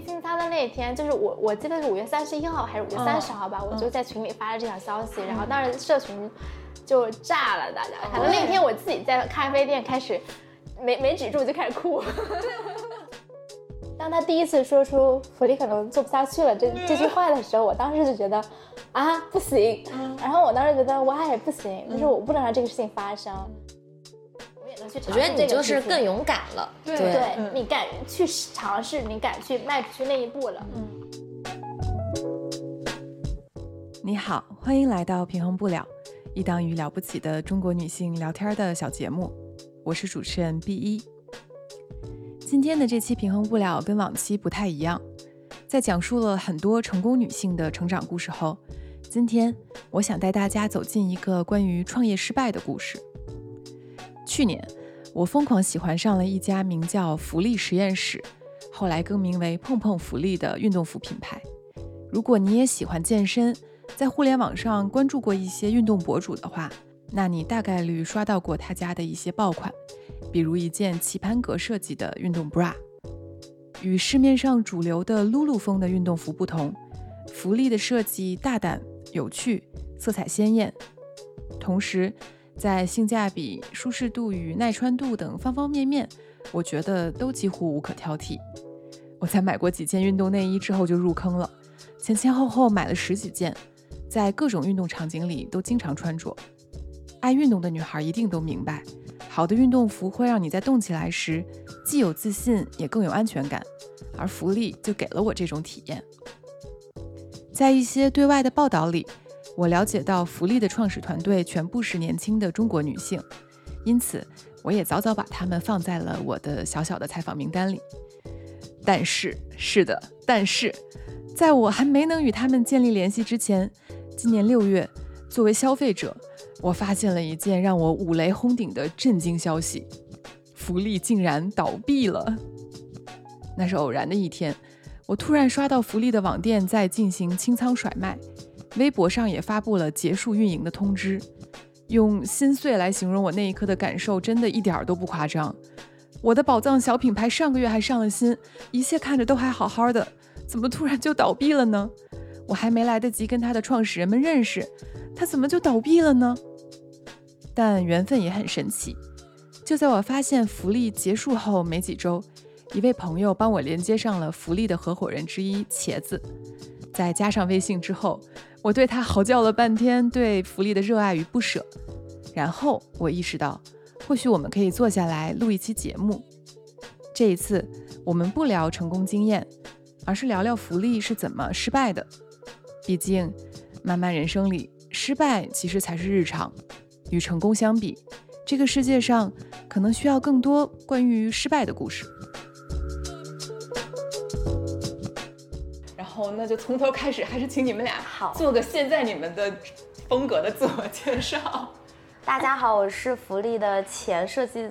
信他的那一天，就是我记得是5月31号还是5月30号吧，我就在群里发了这条消息，然后当时社群就炸了，大家。可能那天我自己在咖啡店开始没止住就开始哭。当他第一次说出福利可能做不下去了这句话的时候，我当时就觉得啊不行，然后我当时觉得why不行，就是我不能让这个事情发生。 我觉得你就是更勇敢了， 对，你敢去尝试，你敢去迈出去那一步了。 你好，欢迎来到平衡不了，一档与了不起的中国女性聊天的小节目，我是主持人 B1。今天的这期平衡不了跟往期不太一样，在讲述了很多成功女性的成长故事后，今天我想带大家走进一个关于创业失败的故事。去年我疯狂喜欢上了一家名叫福利实验室，后来更名为碰碰福利的运动服品牌。如果你也喜欢健身，在互联网上关注过一些运动博主的话，那你大概率刷到过他家的一些爆款，比如一件棋盘格设计的运动 bra。 与市面上主流的露露风的运动服不同，福利的设计大胆有趣，色彩鲜艳，同时在性价比、舒适度与耐穿度等方方面面，我觉得都几乎无可挑剔。我在买过几件运动内衣之后就入坑了，前前后后买了10几件，在各种运动场景里都经常穿着。爱运动的女孩一定都明白，好的运动服会让你在动起来时既有自信也更有安全感，而福利就给了我这种体验。在一些对外的报道里，我了解到福利的创始团队全部是年轻的中国女性，因此我也早早把她们放在了我的小小的采访名单里。但是在我还没能与她们建立联系之前，今年6月，作为消费者，我发现了一件让我五雷轰顶的震惊消息：福利竟然倒闭了。那是偶然的一天，我突然刷到福利的网店在进行清仓甩卖，微博上也发布了结束运营的通知。用心碎来形容我那一刻的感受，真的一点都不夸张。我的宝藏小品牌上个月还上了新，一切看着都还好好的，怎么突然就倒闭了呢？我还没来得及跟他的创始人们认识，他怎么就倒闭了呢？但缘分也很神奇，就在我发现福利结束后没几周，一位朋友帮我连接上了福利的合伙人之一茄子。在加上微信之后，我对他嚎叫了半天对福利的热爱与不舍，然后我意识到，或许我们可以坐下来录一期节目。这一次我们不聊成功经验，而是聊聊福利是怎么失败的。毕竟漫漫人生里，失败其实才是日常，与成功相比，这个世界上可能需要更多关于失败的故事。然后那就从头开始，还是请你们俩做个现在你们的风格的自我介绍。 大家好，我是福利的前设计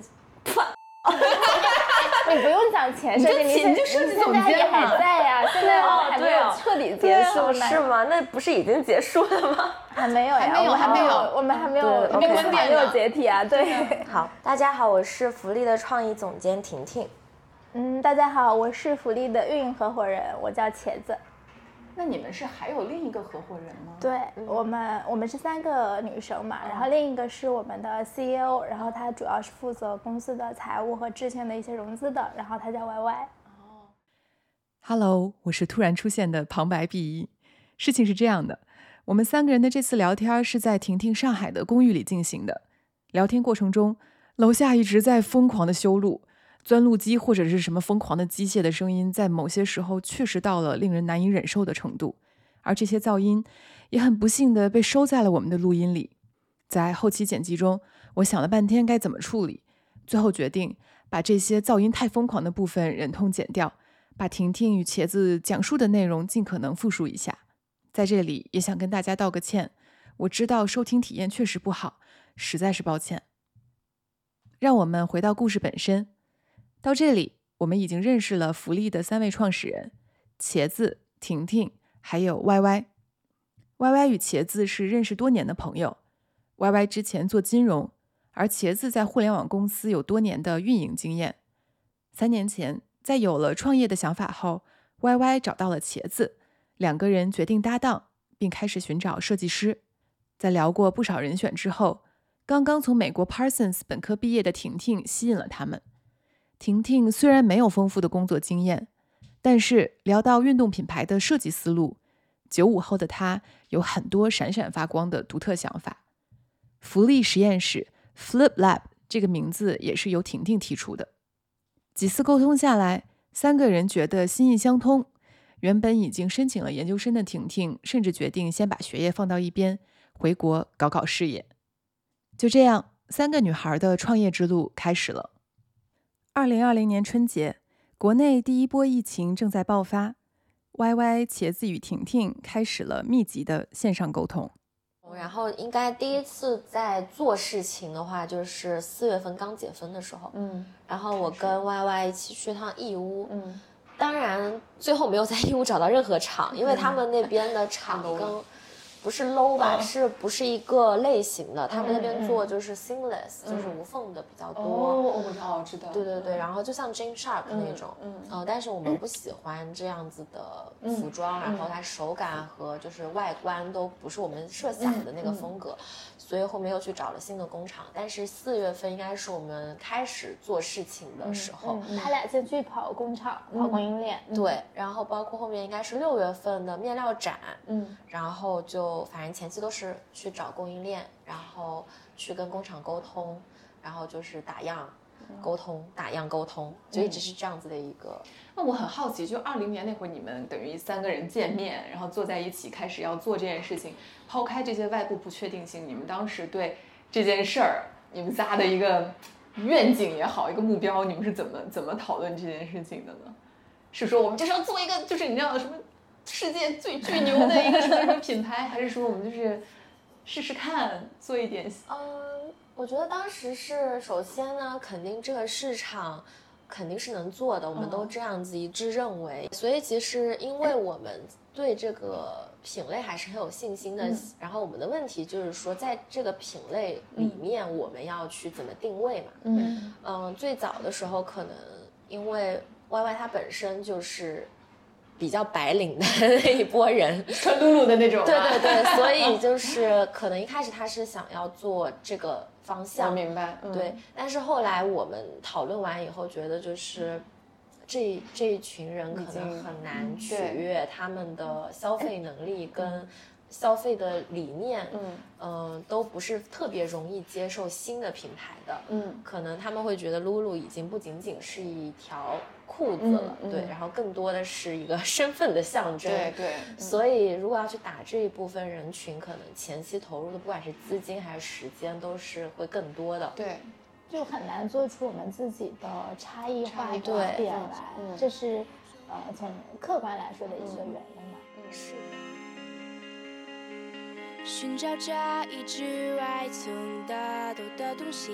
你不用讲前设计，你就设计总监也还在呀，现在还没有彻底结束呢。 是吗？那不是已经结束了吗？ 还没有呀，我们还没有解体啊。对， 好，大家好，我是福利的创意总监婷婷。 大家好，我是福利的运营合伙人，我叫茄子。 那你们是还有另一个合伙人吗？ 对，我们是3个女生嘛，然后另一个是我们的 CEO， 然后她主要是负责公司的财务和之前的一些融资的，然后她叫 YY。Hello， 我是突然出现的旁白 B1。事情是这样的，我们3个人的这次聊天是在婷婷上海的公寓里进行的。聊天过程中，楼下一直在疯狂的修路，钻路机或者是什么疯狂的机械的声音，在某些时候确实到了令人难以忍受的程度，而这些噪音也很不幸地被收在了我们的录音里。在后期剪辑中，我想了半天该怎么处理，最后决定把这些噪音太疯狂的部分忍痛剪掉，把婷婷与茄子讲述的内容尽可能复述一下。在这里也想跟大家道个歉，我知道收听体验确实不好，实在是抱歉。让我们回到故事本身。到这里，我们已经认识了福利的3位创始人，茄子、婷婷还有 YY。YY 与茄子是认识多年的朋友， YY 之前做金融，而茄子在互联网公司有多年的运营经验。3年前，在有了创业的想法后， YY 找到了茄子，两个人决定搭档，并开始寻找设计师。在聊过不少人选之后，刚刚从美国 Parsons 本科毕业的婷婷吸引了他们。婷婷虽然没有丰富的工作经验，但是聊到运动品牌的设计思路，95后的她有很多闪闪发光的独特想法。福利实验室 Flip Lab 这个名字也是由婷婷提出的。几次沟通下来，3个人觉得心意相通。原本已经申请了研究生的婷婷，甚至决定先把学业放到一边，回国搞搞事业。就这样，3个女孩的创业之路开始了。2020年春节，国内第一波疫情正在爆发， YY、茄子与婷婷开始了密集的线上沟通。 然后应该第一次在做事情的话，就是4月份刚解封的时候，然后我跟 YY 一起去趟义乌，当然最后没有在义乌找到任何厂，因为他们那边的厂跟不是 low 吧，是不是一个类型的？他们那边做就是 seamless，就是无缝的比较多。 我知道。 对对对，然后就像 Jane Sharp 那种，但是我们不喜欢这样子的服装，然后它手感和就是外观都不是我们设想的那个风格，所以后面又去找了新的工厂。但是4月份应该是我们开始做事情的时候， 他俩先去跑工厂，跑供应链， 对，然后包括后面应该是6月份的面料展，然后就反正前期都是去找供应链，然后去跟工厂沟通，然后就是打样沟通，打样沟通，就一直是这样子的一个。 那我很好奇，就20年那会儿，你们等于3个人见面，然后坐在一起开始要做这件事情，抛开这些外部不确定性，你们当时对这件事儿，你们仨的一个愿景也好，一个目标，你们是怎么讨论这件事情的呢？是说我们就是要做一个，就是你知道什么世界最巨牛的一个什么品牌，还是说我们就是试试看做一点？ 我觉得当时是首先呢，肯定这个市场肯定是能做的，我们都这样子一致认为。所以其实因为我们对这个品类还是很有信心的，然后我们的问题就是说，在这个品类里面我们要去怎么定位嘛？最早的时候可能因为 YY 它本身就是比较白领的那一波人， 穿露露的那种。 对对对，所以就是可能一开始他是想要做这个方向， 我明白。 对，但是后来我们讨论完以后，觉得就是这一群人可能很难取悦他们的消费能力跟消费的理念，都不是特别容易接受新的品牌的，可能他们会觉得露露已经不仅仅是一条裤子了，对，然后更多的是一个身份的象征， 对， 所以如果要去打这一部分人群，可能前期投入的不管是资金还是时间都是会更多的， 对， 就很难做出我们自己的差异化的点来，这是从客观来说的一个原因嘛， 是的。 寻找这一之外从大头的东西，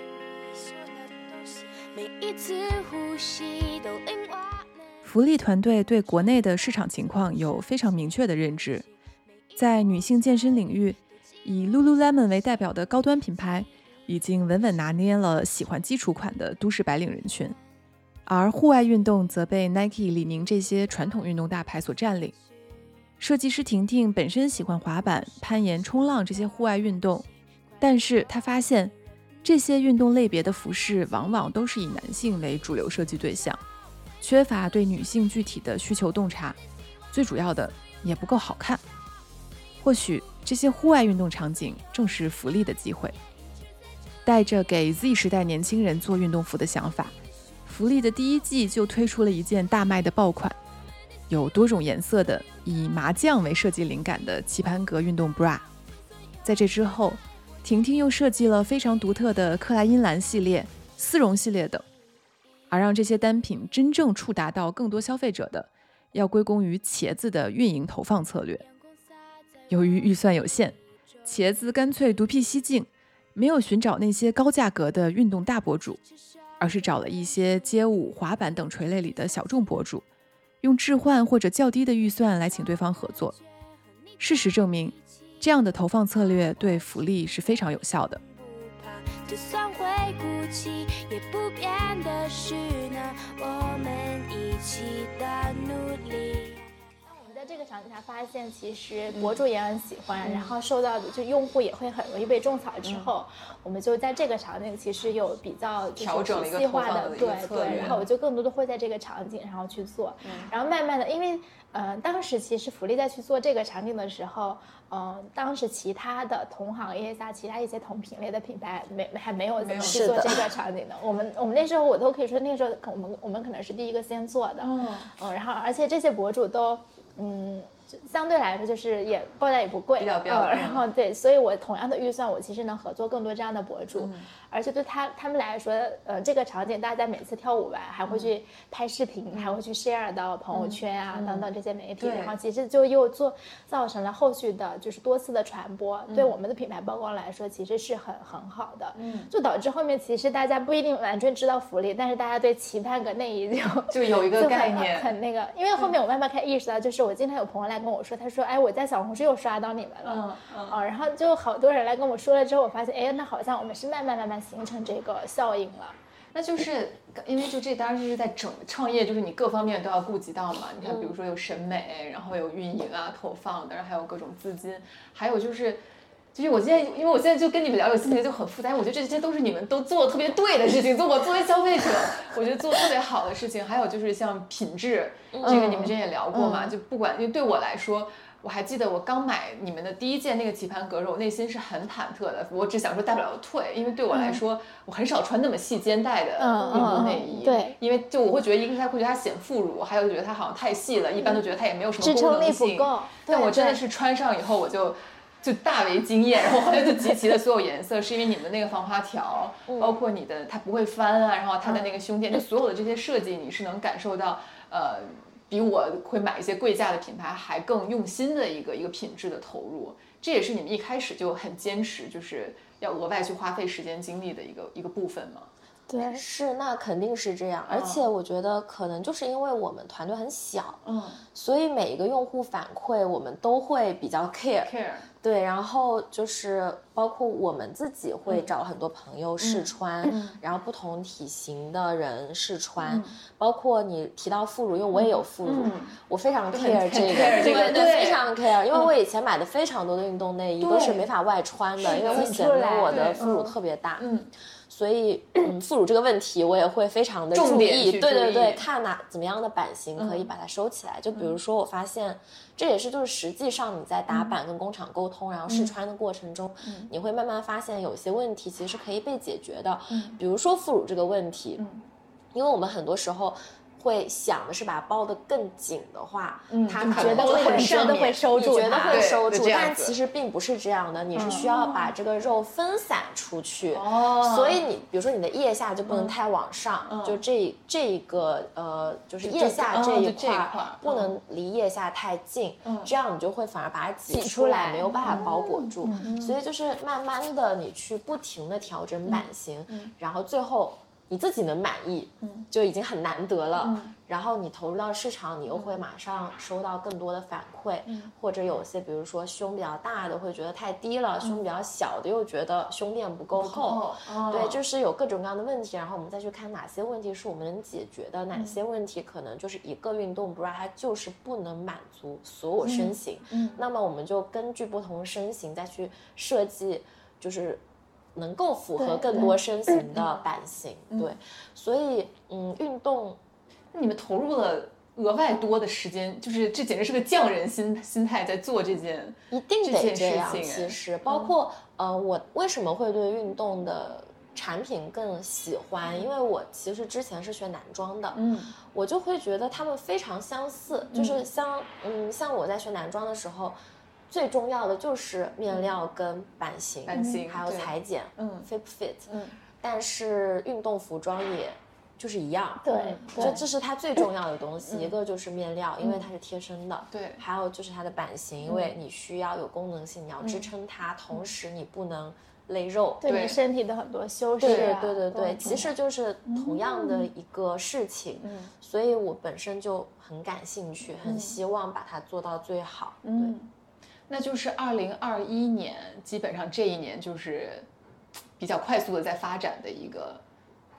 每一次呼吸都令我。 福利团队对国内的市场情况有非常明确的认知，在女性健身领域，以 Lululemon 为代表的高端品牌已经稳稳拿捏了喜欢基础款的都市白领人群，而户外运动则被 Nike、李宁这些传统运动大牌所占领。设计师婷婷本身喜欢滑板、攀岩、冲浪这些户外运动，但是她发现这些运动类别的服饰往往都是以男性为主流设计对象，缺乏对女性具体的需求洞察，最主要的也不够好看。或许这些户外运动场景正是福利的机会。带着给 Z 时代年轻人做运动服的想法，福利的第1季就推出了一件大卖的爆款，有多种颜色的以麻将为设计灵感的棋盘格运动 bra。 在这之后，婷婷又设计了非常独特的克莱因蓝系列、丝绒系列等，而让这些单品真正触达到更多消费者的，要归功于茄子的运营投放策略。由于预算有限，茄子干脆独辟蹊径，没有寻找那些高价格的运动大博主，而是找了一些街舞、滑板等垂类里的小众博主，用置换或者较低的预算来请对方合作。事实证明，这样的投放策略对福利是非常有效的。 就算会孤弃，也不变的是呢，我们一起的努力。 在这个场景下发现，其实博主也很喜欢，然后受到的就用户也会很容易被种草之后，我们就在这个场景其实有比较调整了一个细化的对，然后我就更多的会在这个场景然后去做，然后慢慢的，因为当时其实福利在去做这个场景的时候，当时其他的同行业下，其他一些同品类的品牌还没有怎么去做这个场景的。我们那时候我都可以说，那个时候我们可能是第一个先做的，然后而且这些博主都。相对来说就是也报价也不贵， 比较标准。 然后对，所以我同样的预算，我其实能合作更多这样的博主，而且对他们来说，这个场景大家每次跳舞完还会去拍视频，还会去 share 到朋友圈啊等等这些媒体，然后其实就又造成了后续的就是多次的传播，对我们的品牌曝光来说其实是很好的，就导致后面其实大家不一定完全知道福利，但是大家对期盼个内衣就有一个概念， 很那个，因为后面我慢慢开始意识到，就是我经常有朋友来跟我说，他说，哎，我在小红书又刷到你们了，然后就好多人来跟我说了之后，我发现，哎，那好像我们是慢慢形成这个效应了。 那就是因为就这当然是在整创业，就是你各方面都要顾及到嘛。你看，比如说有审美，然后有运营啊、投放，当然还有各种资金，还有就是我现在，因为我现在就跟你们聊，有心情就很复杂。我觉得这些都是你们都做的特别对的事情，我作为消费者，我觉得做特别好的事情。还有就是像品质，这个你们之前也聊过嘛，就不管，因为对我来说。我还记得我刚买你们的第一件那个棋盘格，我内心是很忐忑的。我只想说大不了退，因为对我来说，我很少穿那么细肩带的运动内衣。 对， 因为就我会觉得，一个是它会觉得它显副乳，还有觉得它好像太细了，一般都觉得它也没有什么功能性。 支撑力不够。 但我真的是穿上以后，我就大为惊艳，然后好像就集齐了所有颜色，是因为你们那个防滑条，包括你的它不会翻啊，然后它的那个胸垫，就所有的这些设计，你是能感受到比我会买一些贵价的品牌还更用心的一个品质的投入，这也是你们一开始就很坚持，就是要额外去花费时间精力的一个部分嘛。 对，是，那肯定是这样。而且我觉得可能就是因为我们团队很小，所以每一个用户反馈我们都会比较 care。对，然后就是包括我们自己会找很多朋友试穿，然后不同体型的人试穿，包括你提到副乳，因为我也有副乳，我非常 care 这个，对，非常 care， 因为我以前买的非常多的运动内衣都是没法外穿的，因为会显得我的副乳特别大。所以，副乳这个问题我也会非常的注意，对，看怎么样的版型可以把它收起来。就比如说，我发现这也是就是实际上你在打版跟工厂沟通，然后试穿的过程中，你会慢慢发现有些问题其实是可以被解决的。比如说副乳这个问题，因为我们很多时候会想的是把它包得更紧的话，它可能会收住， 你觉得会收住，但其实并不是这样的，你是需要把这个肉分散出去。所以你比如说你的腋下就不能太往上，就这个就是腋下这一块不能离腋下太近，这样你就会反而把它挤出来，没有办法包裹住。所以就是慢慢的你去不停的调整版型，然后最后你自己能满意，就已经很难得了。然后你投入到市场，你又会马上收到更多的反馈，或者有些比如说胸比较大的会觉得太低了，胸比较小的又觉得胸垫不够厚，对，就是有各种各样的问题。然后我们再去看哪些问题是我们能解决的，哪些问题可能就是一个运动 bra 它就是不能满足所有身形，那么我们就根据不同身形再去设计，就是能够符合更多身形的版型。对，所以运动你们投入了额外多的时间，就是这简直是个匠人心态在做这件一定得这样。 这件事情其实包括我为什么会对运动的产品更喜欢，因为我其实之前是学男装的，我就会觉得他们非常相似，就是像我在学男装的时候，最重要的就是面料跟版型还有裁剪fit 不 fit，但是运动服装也就是一样， 对， 这是它最重要的东西。一个就是面料，因为它是贴身的， 对， 还有就是它的版型，因为你需要有功能性，你要支撑它，同时你不能勒肉， 对你身体的很多修饰啊， 对，其实就是同样的一个事情，所以我本身就很感兴趣，很希望把它做到最好。对， 那就是2021年，基本上这一年就是比较快速的在发展的一个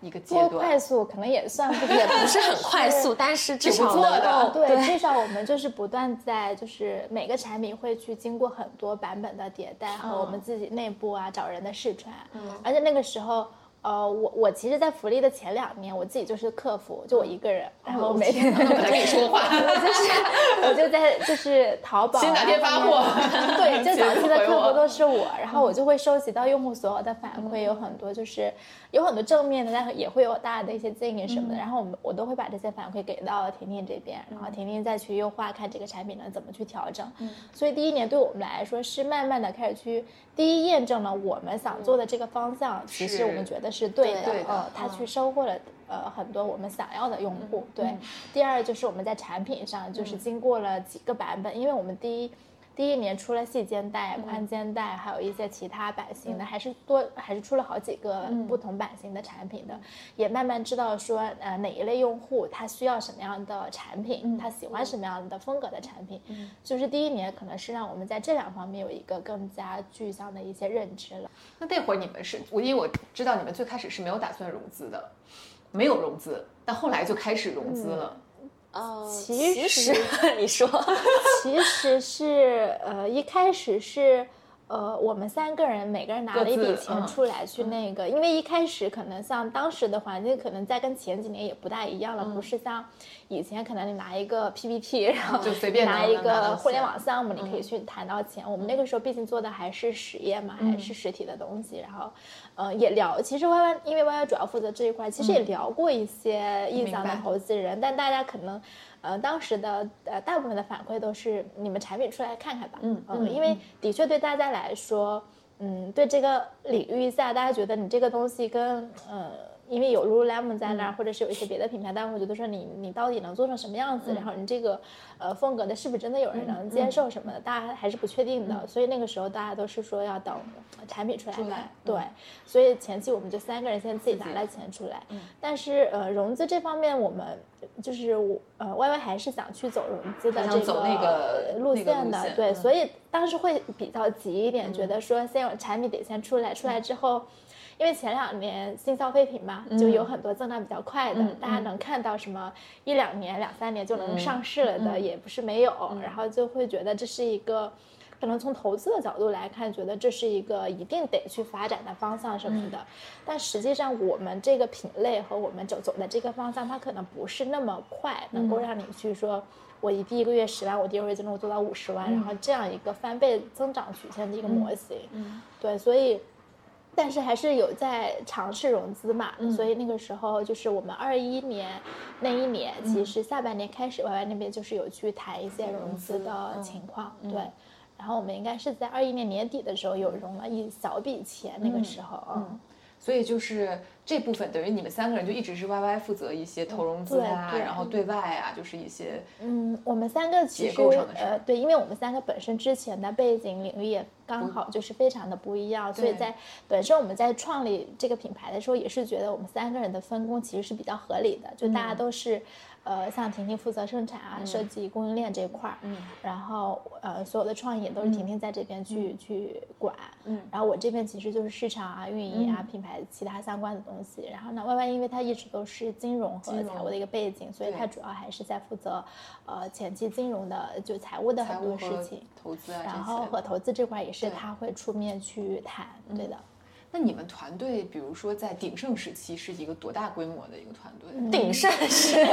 一个阶多段？ 快速可能也算不，也不是很快速，但是至少做的对，至少我们就是不断在，就是每个产品会去经过很多版本的迭代和我们自己内部啊找人的试传，而且那个时候。我其实，在福利的前2年，我自己就是客服，就我一个人，然后每天跟你说话， 我就在就是淘宝， 先哪天发货， 对，就早期的客服都是我，然后我就会收集到用户所有的反馈，有很多就是有很多正面的，但也会有大的一些建议什么的，然后我都会把这些反馈给到婷婷这边，然后婷婷再去优化，看这个产品能怎么去调整。所以第1年对我们来说是慢慢的开始去第一验证了我们想做的这个方向，其实我们觉得是对的，他去收获了很多我们想要的用户。对，第2就是我们在产品上就是经过了几个版本，因为我们第一年出了细肩带、宽肩带，还有一些其他版型的，还是出了好几个不同版型的产品的，也慢慢知道说哪一类用户他需要什么样的产品，他喜欢什么样的风格的产品，就是第1年可能是让我们在这2方面有一个更加具象的一些认知了。 那会儿你们是因为我知道你们最开始是没有打算融资的，没有融资，但后来就开始融资了。 其实你说， 其实是一开始是我们3个人每个人拿了一笔钱出来去那个，因为一开始可能像当时的环境可能在跟前几年也不大一样了，不是像以前可能你拿一个 PPT 然后就随便拿一个互联网项目你可以去谈到钱，我们那个时候毕竟做的还是实业嘛，还是实体的东西，然后也聊，其实 YY 因为 YY 主要负责这一块，其实也聊过一些意向的投资人，但大家可能当时的大部分的反馈都是你们产品出来看看吧，因为的确对大家来说，对这个领域下，大家觉得你这个东西跟因为有 Lululemon 在那儿，或者是有一些别的品牌，大家会觉得说你到底能做成什么样子，然后你这个风格的是不是真的有人能接受什么的，大家还是不确定的，所以那个时候大家都是说要等产品出来，对，所以前期我们就3个人先自己拿了钱出来，但是融资这方面我们就是YY 还是想去走融资的这个路线的，对，所以当时会比较急一点，觉得说先有产品得先出来之后。因为前2年新消费品嘛，就有很多增长比较快的，大家能看到什么1、2年、2、3年就能上市了的，也不是没有，然后就会觉得这是一个，可能从投资的角度来看，觉得这是一个一定得去发展的方向什么的，但实际上我们这个品类和我们走的这个方向，它可能不是那么快能够让你去说。我第1个月10万，我第2个月就能做到50万，然后这样一个翻倍增长曲线的一个模型，对，所以。但是还是有在尝试融资嘛，所以那个时候就是我们21年那一年，其实下半年开始，YY 那边就是有去谈一些融资的情况，对。然后我们应该是在21年年底的时候有融了一小笔钱，那个时候， 所以就是这部分等于你们3个人就一直是 YY 负责一些投融资啊，然后对外啊，就是一些我们3个其实对，因为我们3个本身之前的背景领域也刚好就是非常的不一样，所以在本身我们在创立这个品牌的时候，也是觉得我们3个人的分工其实是比较合理的，就大家都是像婷婷负责生产啊、设计、供应链这一块儿，然后所有的创意也都是婷婷在这边去管，然后我这边其实就是市场啊、运营啊、品牌其他相关的东西，然后呢，YY 因为他一直都是金融和财务的一个背景，所以他主要还是在负责前期金融的就财务的很多事情， 投资啊， 然后和投资这块也是他会出面去谈，对的。 那你们团队，比如说在鼎盛时期是一个多大规模的一个团队？ 鼎盛时期3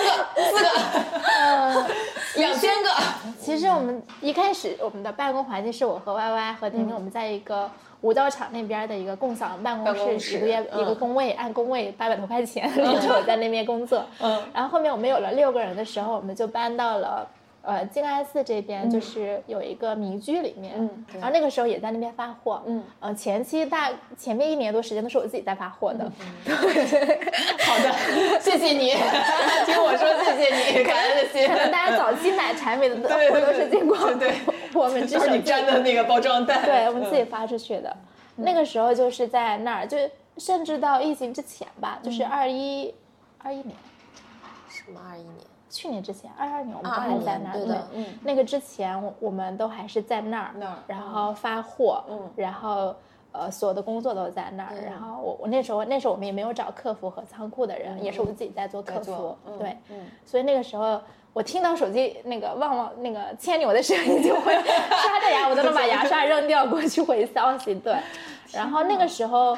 个、4个，2000个。 其实我们一开始我们的办公环境是我和 YY 和婷婷，我们在一个五道场那边的一个共享办公室，1个月一个工位，按工位800多块钱，我在那边工作。然后后面我们有了6个人的时候，我们就搬到了。静安寺这边就是有一个民居里面，然后那个时候也在那边发货，前面1年多时间都是我自己在发货的。 好的，谢谢你，听我说谢谢你，感恩的心。 可能大家早期买产品的货都是经过我们之手你粘的那个包装袋， 对，我们自己发出去的。那个时候就是在那儿，就甚至到疫情之前吧，就是21年， 什么21年？ 去年之前，22年我们都还在那儿， 对的， 那个之前我们都还是在那儿，然后发货，然后所有的工作都在那儿。然后我那时候我们也没有找客服和仓库的人，也是我自己在做客服。对，所以那个时候我听到手机那个旺旺那个牵牛的声音，就会刷着牙，我都能把牙刷扔掉过去回消息。对，然后那个时候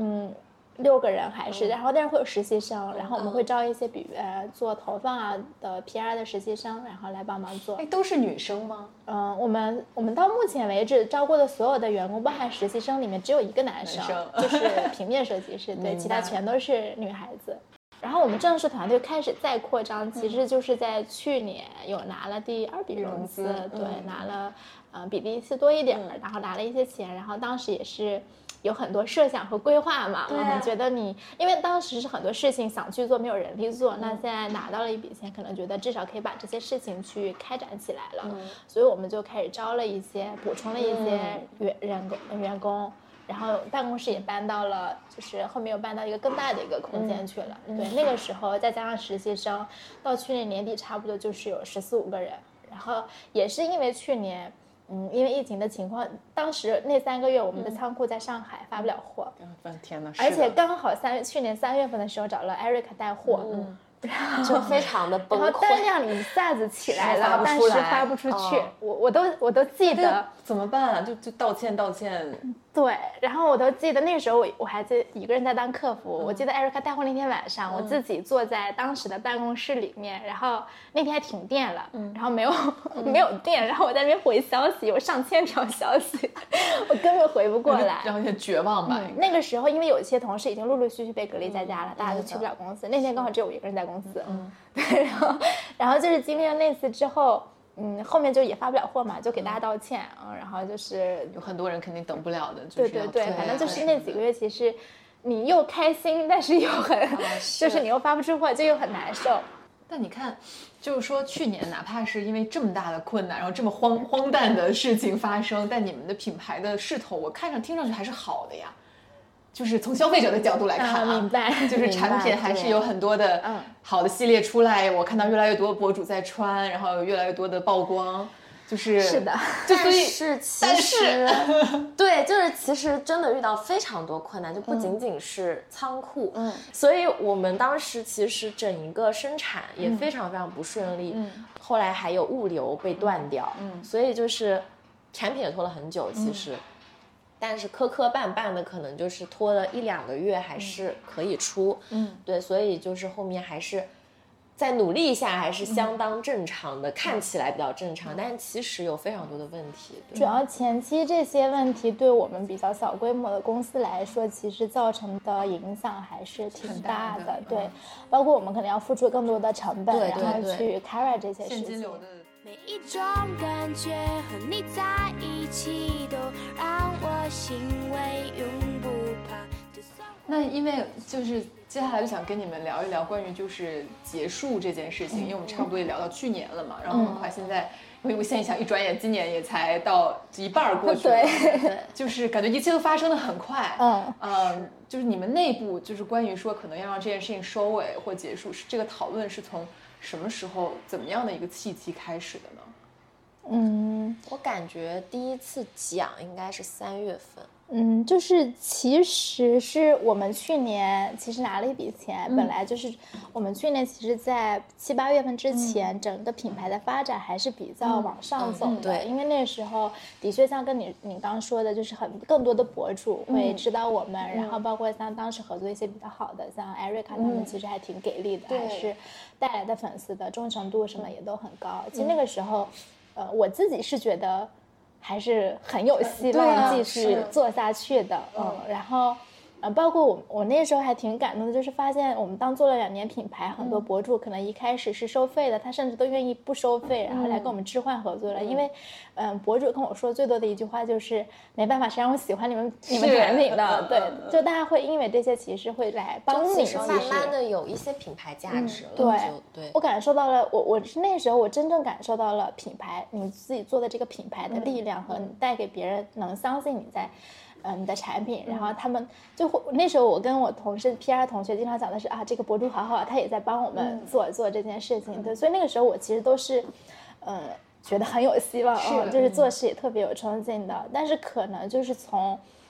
6个人还是，然后但是会有实习生，然后我们会招一些做投放啊的 PR 的实习生，然后来帮忙做。 都是女生吗？ 我们到目前为止招过的所有的员工，包含实习生里面只有1个男生，就是平面设计师，对，其他全都是女孩子。然后我们正式团队开始再扩张，其实就是在去年有拿了第2笔融资，对，拿了比第1次多一点，然后拿了一些钱，然后当时也是有很多设想和规划嘛。我们觉得因为当时是很多事情想去做，没有人力做，那现在拿到了一笔钱，可能觉得至少可以把这些事情去开展起来了，所以我们就开始招了一些，补充了一些员工。然后办公室也搬到了，就是后面又搬到一个更大的一个空间去了。对，那个时候再加上实习生，到去年年底差不多就是有14、15个人。然后也是因为去年，因为疫情的情况，当时那3个月我们的仓库在上海发不了货。 天哪！ 而且刚好去年3月份的时候找了 Erica 带货。 就非常的崩溃， 然后单量一下子起来了，但是发不出去。我都记得怎么办啊？就道歉。 对，然后我都记得那时候我还一个人在当客服。我记得 Erica 带货那天晚上，我自己坐在当时的办公室里面，然后那天还停电了，然后没有电，然后我在那边回消息，有上千条消息，我根本回不过来， 然后有点绝望吧。 那个时候因为有一些同事已经陆陆续续被隔离在家了，大家都去不了公司。那天刚好只有我一个人在公司。对，然后就是经历了那次之后，后面就也发不了货嘛，就给大家道歉然后就是有很多人肯定等不了的， 对，反正就是那几个月，其实你又开心，但是又很就是你又发不出货，就又很难受。 但你看，就是说去年哪怕是因为这么大的困难，然后这么荒诞的事情发生，但你们的品牌的势头，我听上去还是好的呀。就是从消费者的角度来看明白， 就是产品还是有很多的好的系列出来，我看到越来越多博主在穿，然后有越来越多的曝光，是的。 但是对，就是其实真的遇到非常多困难，就不仅仅是仓库，所以我们当时其实整一个生产也非常非常不顺利，后来还有物流被断掉，所以就是产品也拖了很久，其实。但是磕磕绊绊的，可能就是拖了1、2个月还是可以出，对，所以就是后面还是再努力一下，还是相当正常的，看起来比较正常，但其实有非常多的问题。 主要前期这些问题对我们比较小规模的公司来说，其实造成的影响还是挺大的，对，包括我们可能要付出更多的成本，然后去 cover 这些事情。 每一种感觉和你在一起，都让我欣慰，永不怕。 那因为就是接下来就想跟你们聊一聊关于就是结束这件事情，因为我们差不多也聊到去年了嘛，然后很快现在，因为我现在想一转眼今年也才到一半过去了， 对， 就是感觉一切都发生的很快，就是你们内部就是关于说可能要让这件事情收尾或结束，这个讨论是从什么时候怎么样的一个契机开始的呢？ 我感觉第一次讲应该是3月份。 就是其实是我们去年其实拿了一笔钱，本来就是我们去年其实在7、8月份之前，整个品牌的发展还是比较往上走的， 对， 因为那时候的确像跟你刚说的，就是更多的博主会知道我们，然后包括像当时合作一些比较好的，像 Erica 他们其实还挺给力的，还是带来的粉丝的忠诚度什么也都很高。其实那个时候，我自己是觉得还是很有希望继续做下去的，然后包括我那时候还挺感动的，就是发现我们当做了2年品牌，很多博主可能一开始是收费的，他甚至都愿意不收费，然后来跟我们置换合作了。因为博主跟我说最多的一句话就是没办法，谁让我喜欢你们产品的，对，就大家会因为这些其实会来帮你， 慢慢的有一些品牌价值了， 对，我感受到了，我是那时候我真正感受到了品牌，你自己做的这个品牌的力量和你带给别人能相信你在。你的产品，然后他们就会那时候我跟我同事 PR 同学经常讲的是这个博主好好，他也在帮我们做这件事情，对，所以那个时候我其实都是觉得很有希望，就是做事也特别有冲劲的，但是可能就是从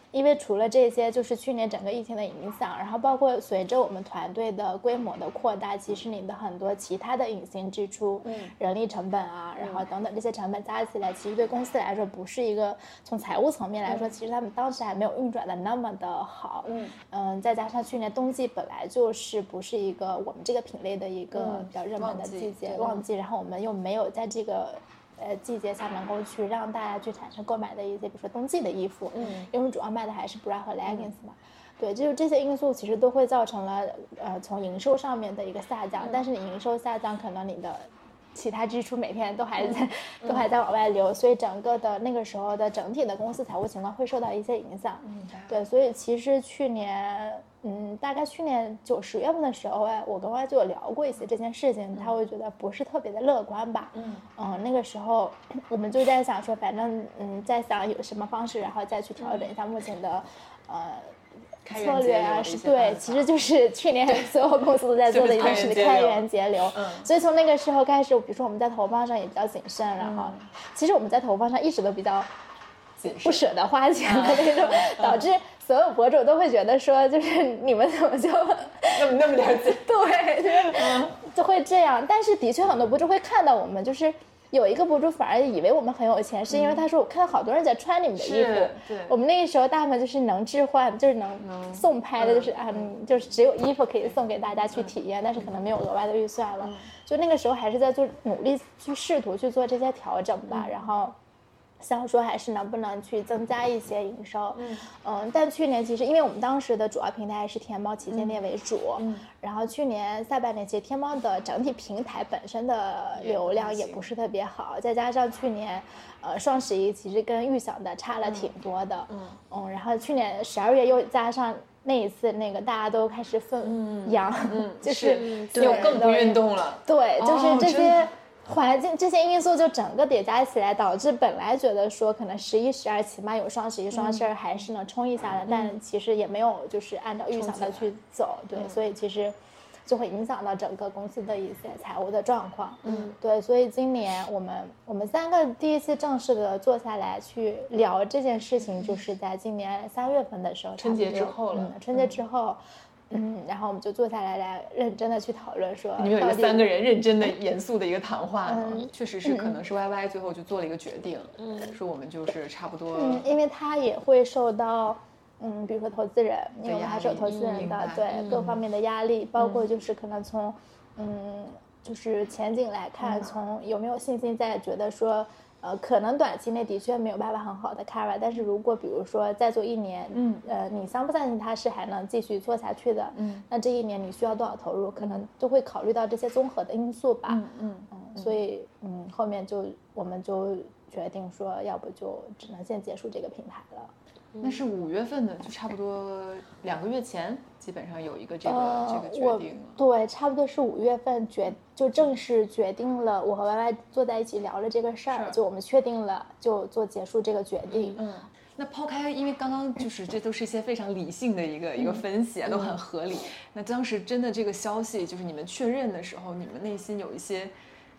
因为除了这些，就是去年整个疫情的影响，然后包括随着我们团队的规模的扩大，其实你的很多其他的隐形支出，人力成本啊，然后等等这些成本加起来，其实对公司来说不是一个从财务层面来说，其实他们当时还没有运转的那么的好，再加上去年冬季本来就是不是一个我们这个品类的一个比较热门的季节旺季，然后我们又没有在这个季节下能够去让大家去产生购买的一些，比如说冬季的衣服，因为主要卖的还是 bra 和 leggings 嘛。对，就是这些因素其实都会造成了从营收上面的一个下降，但是你营收下降，可能你的其他支出每天都还在往外流，所以整个的那个时候的整体的公司财务情况会受到一些影响。对，所以其实去年大概去年9、10月份的时候，我跟Y就有聊过一些这件事情，他会觉得不是特别的乐观吧。那个时候我们就在想说，反正在想有什么方式，然后再去调整一下目前的策略啊，是对，其实就是去年所有公司都在做的一件事，开源节流。所以从那个时候开始，比如说我们在投放上也比较谨慎，然后其实我们在投放上一直都比较不舍得花钱的那种，导致所有博主都会觉得说，就是你们怎么就那么点钱？ 对，就是就会这样。但是的确很多博主会看到我们，就是有一个博主反而以为我们很有钱，是因为他说我看到好多人在穿你们的衣服。 对， 我们那个时候大部分就是能置换，就是能送拍的，就是就是只有衣服可以送给大家去体验，但是可能没有额外的预算了。就那个时候还是在做努力去试图去做这些调整吧，然后想说还是能不能去增加一些营收。但去年其实因为我们当时的主要平台是天猫旗舰店为主，然后去年下半年其实天猫的整体平台本身的流量也不是特别好，再加上去年双11其实跟预想的差了挺多的。然后去年12月又加上那一次那个大家都开始分阳，就是就更不运动了。 对，就是这些环境这些因素就整个叠加起来，导致本来觉得说可能11、12起码有双11、双12还是能冲一下的，但其实也没有就是按照预想的去走。对，所以其实就会影响到整个公司的一些财务的状况。对，所以今年我们3个第一次正式的坐下来去聊这件事情，就是在今年3月份的时候， 春节之后了。 春节之后。然后我们就坐下来认真的去讨论说， 你们有一个3个人认真的、严肃的一个谈话呢。确实是，可能是 YY 最后就做了一个决定，说我们就是差不多。 因为他也会受到，比如说投资人，因为我们还是有投资人的，对各方面的压力，包括就是可能从，就是前景来看，从有没有信心在觉得说。可能短期内的确没有办法很好的 cover， 但是如果比如说再做1年，你相不相信它是还能继续做下去的？那这1年你需要多少投入，可能就会考虑到这些综合的因素吧。所以后面我们就决定说，要不就只能先结束这个品牌了。 那是5月份的，就差不多2个月前，基本上有一个这个决定了。 对，差不多是5月份就正式决定了，我和 YY 坐在一起聊了这个事儿，就我们确定了就做结束这个决定。 那抛开，因为刚刚就是这都是一些非常理性的一个分析啊，都很合理。那当时真的这个消息就是你们确认的时候，你们内心有一些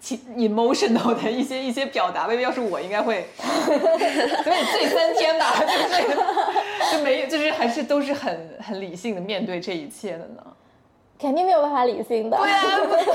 emotional 的一些表达，要是我应该会所以醉3天吧，就没有，就是还是都是很理性的面对这一切的呢。 肯定没有办法理性的。 对啊，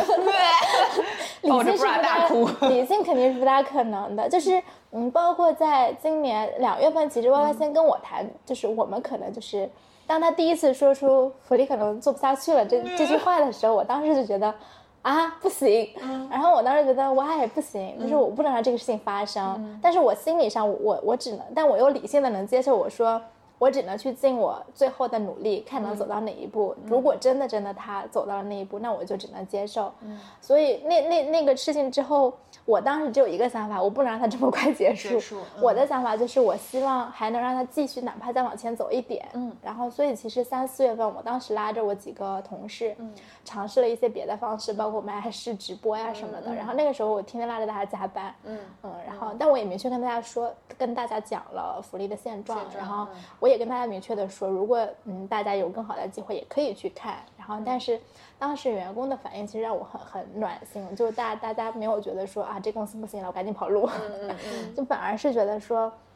理性是大哭，理性肯定是不大可能的。就是包括在今年2月份，其实 YY 先跟我谈，就是我们可能就是当他第一次说出福利可能做不下去了这句话的时候，我当时就觉得。不行，然后我当时觉得why不行，就是我不能让这个事情发生，但是我心理上我只能，但我又理性的能接受，我说我只能去尽我最后的努力，看能走到哪一步。如果真的他走到了那一步，那我就只能接受。所以那个事情之后，我当时只有一个想法，我不能让它这么快结束。我的想法就是我希望还能让它继续，哪怕再往前走一点。然后所以其实3、4月份，我当时拉着我几个同事，尝试了一些别的方式，包括我们还试直播呀什么的。然后那个时候我天天拉着大家加班。然后但我也明确跟大家讲了福利的现状，然后我也跟大家明确的说，如果大家有更好的机会也可以去看。然后但是当时员工的反应其实让我很暖心，就是大家没有觉得说这公司不行了我赶紧跑路，就反而是觉得说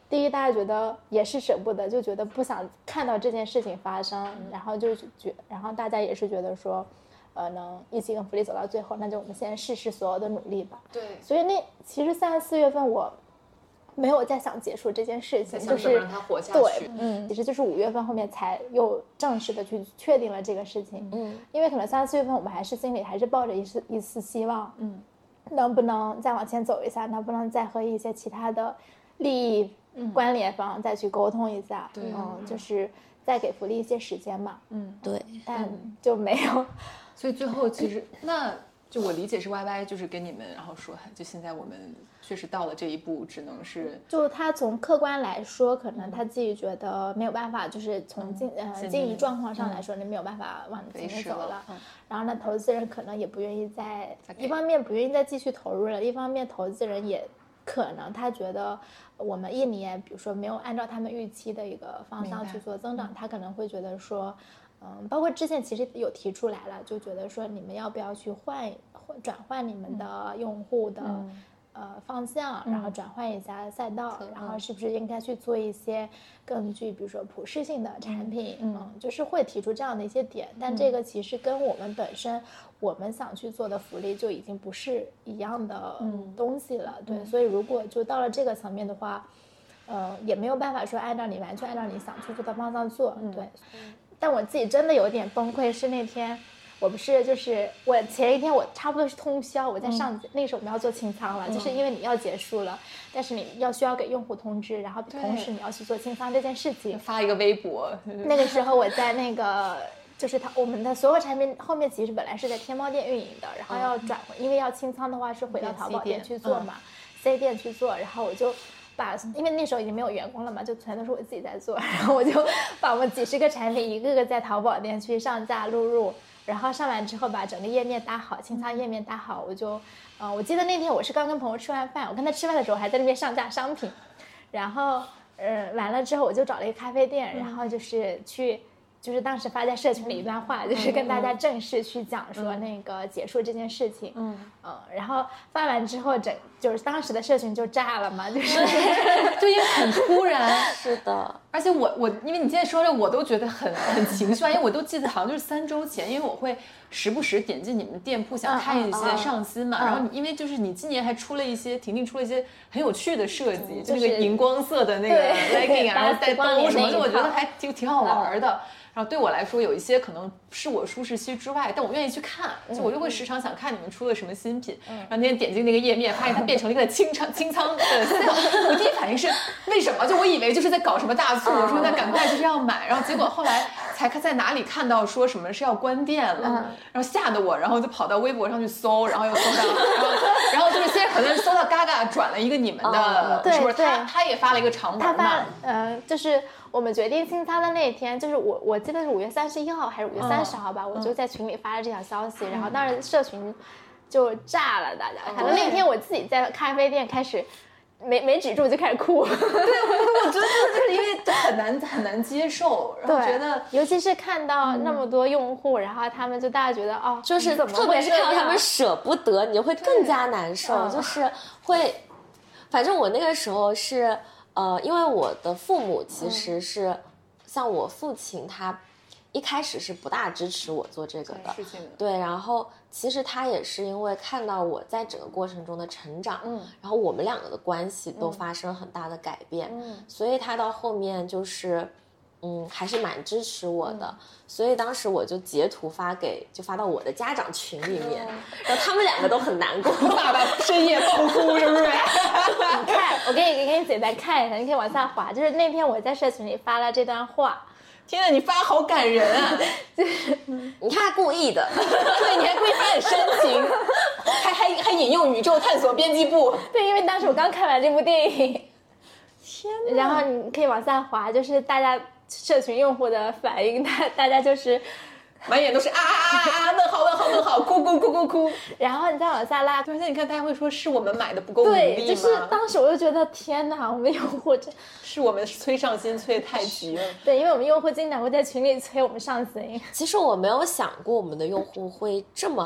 第一，大家觉得也是舍不得，就觉得不想看到这件事情发生，然后然后大家也是觉得说，能一起跟福利走到最后，那就我们现在试试所有的努力吧。 对， 所以其实3、4月份我没有再想结束这件事情，就是让它活下去。 对，其实就是5月份后面才又正式的去确定了这个事情。因为可能3、4月份我们还是心里还是抱着一丝希望，能不能再往前走一下，能不能再和一些其他的利益关联方再去沟通一下，就是再给福利一些时间嘛。 对， 但就没有。 所以最后其实那就我理解是 YY 就是跟你们然后说，就现在我们确实到了这一步，只能是就他从客观来说，可能他自己觉得没有办法，就是从经济状况上来说，你没有办法往前面走了。然后呢，投资人可能也不愿意一方面不愿意再继续投入了，一方面投资人也可能他觉得我们1年比如说没有按照他们预期的一个方向去做增长，他可能会觉得说包括之前其实有提出来了，就觉得说你们要不要去转换你们的用户的方向，然后转换一下赛道，然后是不是应该去做一些更具比如说普适性的产品，就是会提出这样的一些点，但这个其实跟我们本身我们想去做的福利就已经不是一样的东西了。对，所以如果就到了这个层面的话，也没有办法说完全按照你想去做的方向做。对，但我自己真的有点崩溃，是那天我不是就是我前一天我差不多是通宵，我在那时候我们要做清仓了，就是因为你要结束了，但是你需要给用户通知，然后同时你要去做清仓这件事情， 发一个微博。 那个时候我在那个就是我们的所有产品后面其实本来是在天猫店运营的，然后要转回，因为要清仓的话是回到淘宝店去做嘛，C 店去做，然后我就因为那时候已经没有员工了嘛，就全都是我自己在做，然后我就把我们几十个产品一个个在淘宝店去上架录入，然后上完之后把整个页面搭好，清仓页面搭好，我记得那天我是刚跟朋友吃完饭，我跟他吃饭的时候还在那边上架商品，然后完了之后我就找了一个咖啡店，然后就是当时发在社群里一段话，就是跟大家正式去讲说那个结束这件事情，然后发完之后就是当时的社群就炸了嘛，就是就因为很突然。 是的， 而且我因为你现在说这我都觉得很情绪化，因为我都记得好像就是3周前，因为我会时不时点进你们店铺想看一些上新嘛，然后因为就是你今年还出了一些婷婷出了一些很有趣的设计，就那个荧光色的那个 legging 然后带兜什么的，我觉得还挺好玩的。然后对我来说有一些可能是我舒适区之外，但我愿意去看，就我就会时常想看你们出了什么新品。然后那天点进那个页面，发现它变成了一个清仓的 sale， 我第一反应是为什么？就我以为就是在搞什么大促，我说那赶快就是要买，然后结果后来才在哪里看到说什么是要关店了，然后吓得我，然后就跑到微博上去搜，然后又搜到，然后就是现在可能搜到 Gaga 转了一个你们的，是不是？他也发了一个长文嘛， 就是我们决定清仓的那天，就是我记得是5月31号还是5月30号吧，我就在群里发了这条消息，然后当时社群就炸了，大家反正那天我自己在咖啡店开始没止住就开始哭。 对，我觉得就是因为很难接受，然后觉得尤其是看到那么多用户，然后他们就大家觉得就是特别是看到他们舍不得，你就会更加难受，就是会，反正我那个时候是因为我的父母其实是像我父亲，他一开始是不大支持我做这个的，对，然后其实他也是因为看到我在整个过程中的成长，然后我们两个的关系都发生了很大的改变，所以他到后面就是还是蛮支持我的，所以当时我就截图发到我的家长群里面，然后他们两个都很难过， 爸爸深夜爆哭是不是？ 你看，我给你简单看一下，你可以往下滑，就是那天我在社群里发了这段话。 天哪，你发好感人啊！ 就是你看他故意的， 对，你还故意发很深情，还引用宇宙探索编辑部。 对，因为当时我刚看完这部电影。 天哪！ 然后你可以往下滑，就是大家社群用户的反应，大家就是满眼都是问号，哭。 然后你再往下拉， 对，那你看大家会说是我们买的不够努力吗？ 对，就是当时我就觉得天哪，我们用户是我们催上新催太急了。 对，因为我们用户经常会在群里催我们上新。 其实我没有想过我们的用户会这么好。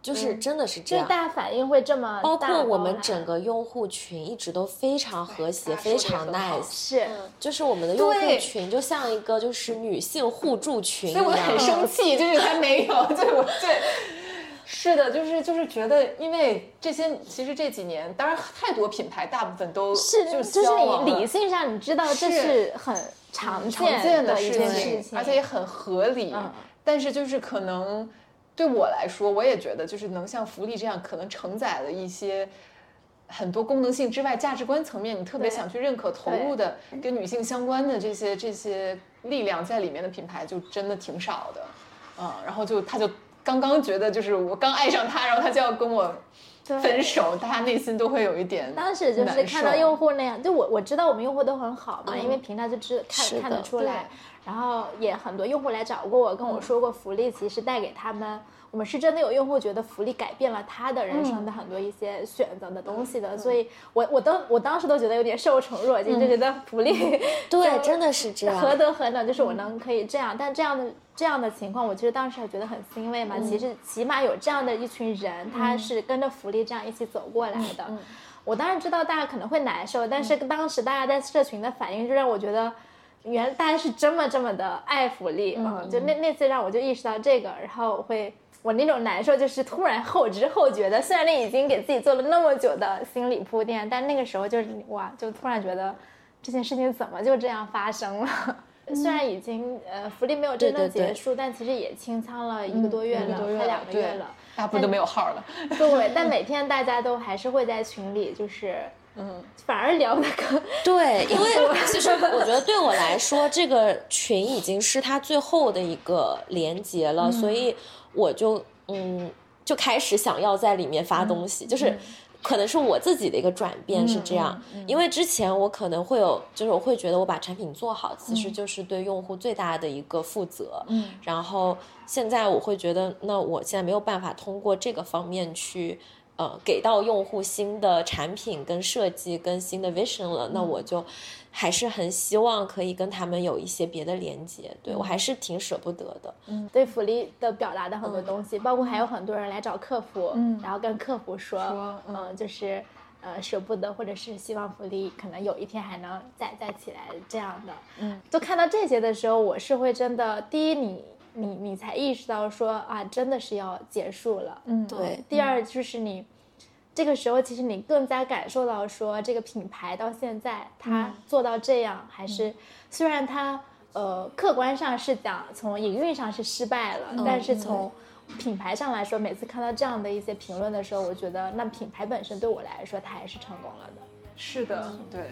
就是真的是这样， 就是大家反应会这么大， 包括我们整个用户群一直都非常和谐，非常 nice， 是， 就是我们的用户群就像一个就是女性互助群一样， 所以我很生气，就是他没有，对。是的，就是觉得，因为这些其实这几年，当然太多品牌，大部分都就是你理性上你知道这是很常见的一件事情， 而且也很合理。但是就是可能对我来说，我也觉得就是能像福利这样，可能承载了一些很多功能性之外价值观层面，你特别想去认可投入的跟女性相关的这些力量在里面的品牌，就真的挺少的。然后他就刚刚觉得就是我刚爱上他，然后他就要跟我分手，大家内心都会有一点当时就是看到用户那样，就我知道我们用户都很好嘛，因为平台就看得出来，然后也很多用户来找过我，跟我说过福利其实带给他们，我们是真的有用户觉得福利改变了他的人生的很多一些选择的东西的，所以我当时都觉得有点受宠若惊，就觉得福利对真的是这样， 何德何能，就是我能可以这样，但这样的情况，我其实当时还觉得很欣慰嘛。其实起码有这样的一群人，他是跟着福利这样一起走过来的。我当然知道大家可能会难受，但是当时大家在社群的反应就让我觉得，原来大家是这么的爱福利。就那次让我就意识到这个，然后我那种难受就是突然后知后觉的，虽然你已经给自己做了那么久的心理铺垫，但那个时候就是哇，就突然觉得这件事情怎么就这样发生了。虽然已经福利没有真正结束，但其实也清仓了1个多月了，快2个月了， 大部分都没有号了。 对，但每天大家都还是会在群里，就是反而聊得更对，因为其实我觉得对我来说，这个群已经是它最后的一个连接了，所以我就开始想要在里面发东西，就是可能是我自己的一个转变是这样，因为之前我可能会有，就是我会觉得我把产品做好，其实就是对用户最大的一个负责。然后现在我会觉得，那我现在没有办法通过这个方面去给到用户新的产品跟设计跟新的 vision 了，那我就还是很希望可以跟他们有一些别的连接，对，我还是挺舍不得的。 对福利的表达的很多东西，包括还有很多人来找客服，然后跟客服说就是舍不得，或者是希望福利可能有一天还能再起来这样的。就看到这些的时候，我是会真的，第一你才意识到说啊，真的是要结束了。 对。 第二就是你这个时候，其实你更加感受到说，这个品牌到现在它做到这样，还是虽然它客观上是讲从营运上是失败了，但是从品牌上来说，每次看到这样的一些评论的时候，我觉得那品牌本身对我来说，它还是成功了的。 是的，对。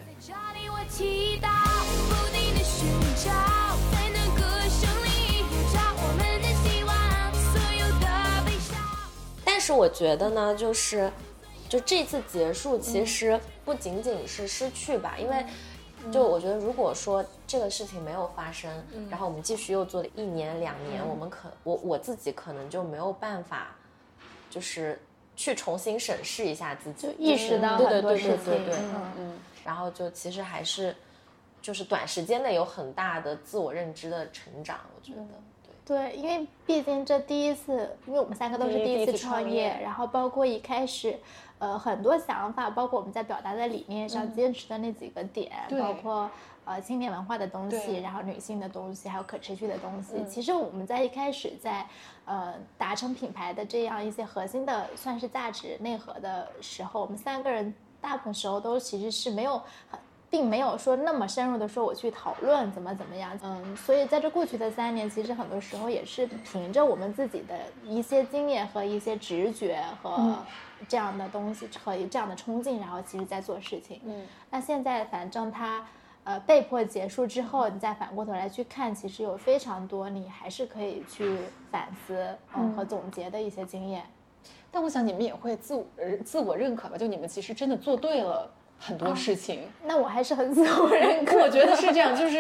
但是我觉得呢，就这次结束其实不仅仅是失去吧，因为就我觉得如果说这个事情没有发生，然后我们继续又做了1年2年，我自己可能就没有办法就是去重新审视一下自己， 就意识到很多事情。 对，然后就其实还是就是短时间内有很大的自我认知的成长，我觉得。 对，因为毕竟这第一次，因为我们3个都是第一次创业，然后包括一开始，很多想法，包括我们在表达的理念上坚持的那几个点，包括青年文化的东西，然后女性的东西，还有可持续的东西。其实我们在一开始在达成品牌的这样一些核心的算是价值内核的时候，我们3个人大部分时候都其实是并没有说那么深入的说我去讨论怎么样，所以在这过去的3年，其实很多时候也是凭着我们自己的一些经验和一些直觉和这样的东西和这样的冲劲，然后其实在做事情。那现在反正它被迫结束之后，你再反过头来去看，其实有非常多你还是可以去反思和总结的一些经验。 但我想你们也会自我认可吧，就你们其实真的做对了很多事情。 那我还是很自我认可。 我觉得是这样，就是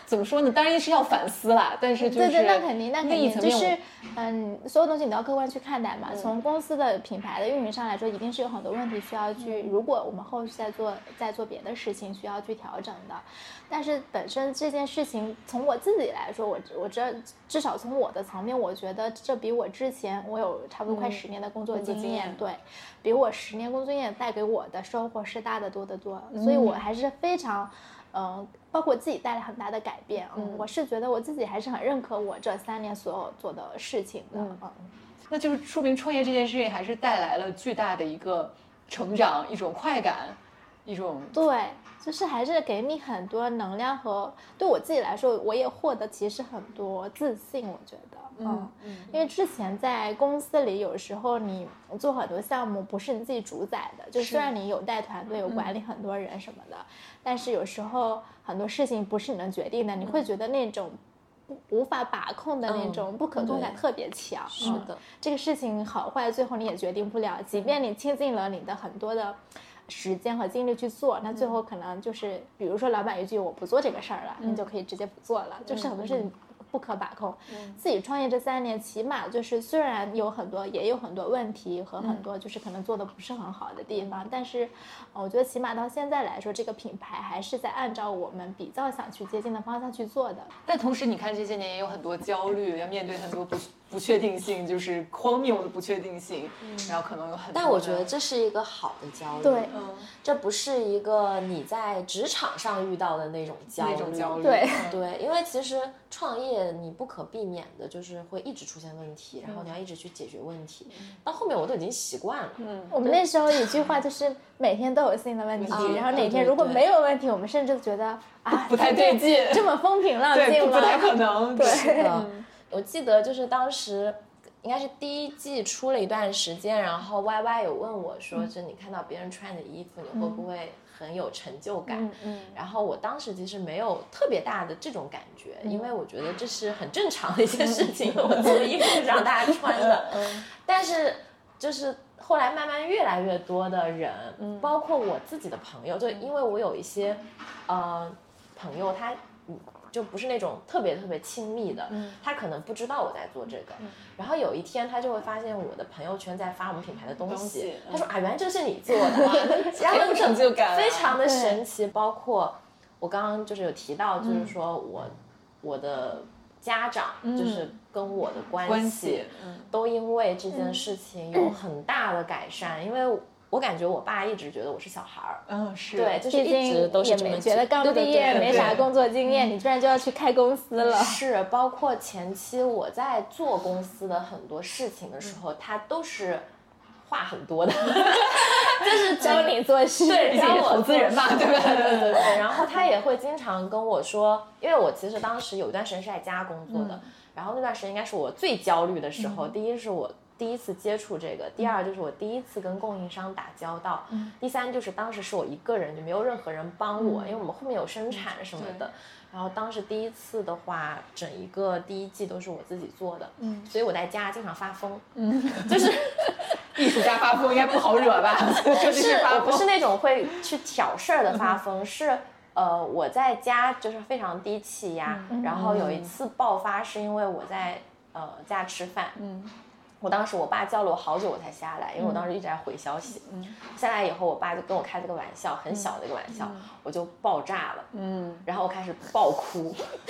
怎么说呢？当然是要反思啦，但是就是对，那肯定，就是所有东西你都要客观去看待嘛。从公司的品牌的运营上来说，一定是有很多问题需要去，如果我们后续在做别的事情需要去调整的。但是本身这件事情，从我自己来说，我至少从我的层面，我觉得这比我之前我有差不多快10年的工作经验，对比我10年工作经验带给我的收获是大得多得多，所以我还是非常。包括我自己带来很大的改变，我是觉得我自己还是很认可我这3年所有做的事情的， 那就是说明创业这件事情还是带来了巨大的一个成长，一种快感，一种对，就是还是给你很多能量和对我自己来说，我也获得其实很多自信，我觉得。因为之前在公司里，有时候你做很多项目不是你自己主宰的，就虽然你有带团队，有管理很多人什么的，但是有时候很多事情不是你能决定的，你会觉得那种无法把控的那种不可控感特别强。 是的， 这个事情好坏最后你也决定不了，即便你倾尽了你的很多的时间和精力去做，那最后可能就是比如说老板一句我不做这个事儿了，你就可以直接不做了，就是很多事情不可把控。自己创业这3年，起码就是虽然也有很多问题和很多就是可能做的不是很好的地方，但是我觉得起码到现在来说，这个品牌还是在按照我们比较想去接近的方向去做的。 但同时你看这些年也有很多焦虑，要面对很多不确定性，就是荒谬的不确定性，然后可能有很多。 但我觉得这是一个好的焦虑， 对， 这不是一个你在职场上遇到的那种焦虑，对，因为其实创业你不可避免的就是会一直出现问题，然后你要一直去解决问题，到后面我都已经习惯了。 我们那时候一句话就是每天都有新的问题，然后哪天如果没有问题，我们甚至觉得不太对劲， 这么风平浪静吗？ 不太可能。 对。 我记得就是当时应该是第1季出了一段时间，然后 YY 有问我说，就你看到别人穿的衣服，你会不会很有成就感？然后我当时其实没有特别大的这种感觉，因为我觉得这是很正常的一件事情，我做的衣服是让大家穿的。但是就是后来慢慢越来越多的人，包括我自己的朋友，就因为我有一些朋友他就不是那种特别特别亲密的，他可能不知道我在做这个，然后有一天他就会发现我的朋友圈在发我们品牌的东西，他说原来这是你做的，然后有成就感， 非常的神奇。包括我刚刚就是有提到，就是说我的家长就是跟我的关系都因为这件事情有很大的改善，因为我感觉我爸一直觉得我是小孩儿， 是对，就是一直都是这么觉得刚毕业没啥工作经验，你居然就要去开公司了。 是，包括前期我在做公司的很多事情的时候，他都是话很多的， 就是教你做事， 对， 教我投资人嘛，对吧？ 对。然后他也会经常跟我说，因为我其实当时有一段时间是在家工作的，然后那段时间应该是我最焦虑的时候。第一是我第一次接触这个，第二就是我第一次跟供应商打交道，第三就是当时是我一个人，就没有任何人帮我，因为我们后面有生产什么的。然后当时第一次的话，整一个第1季都是我自己做的，所以我在家经常发疯，就是艺术家发疯应该不好惹吧？ 是我不是那种会去挑事儿的发疯，是我在家就是非常低气压，然后有一次爆发是因为我在家吃饭，我当时我爸叫了我好久我才下来，因为我当时一直在回消息。下来以后，我爸就跟我开了个玩笑，很小的一个玩笑，我就爆炸了。然后我开始爆哭。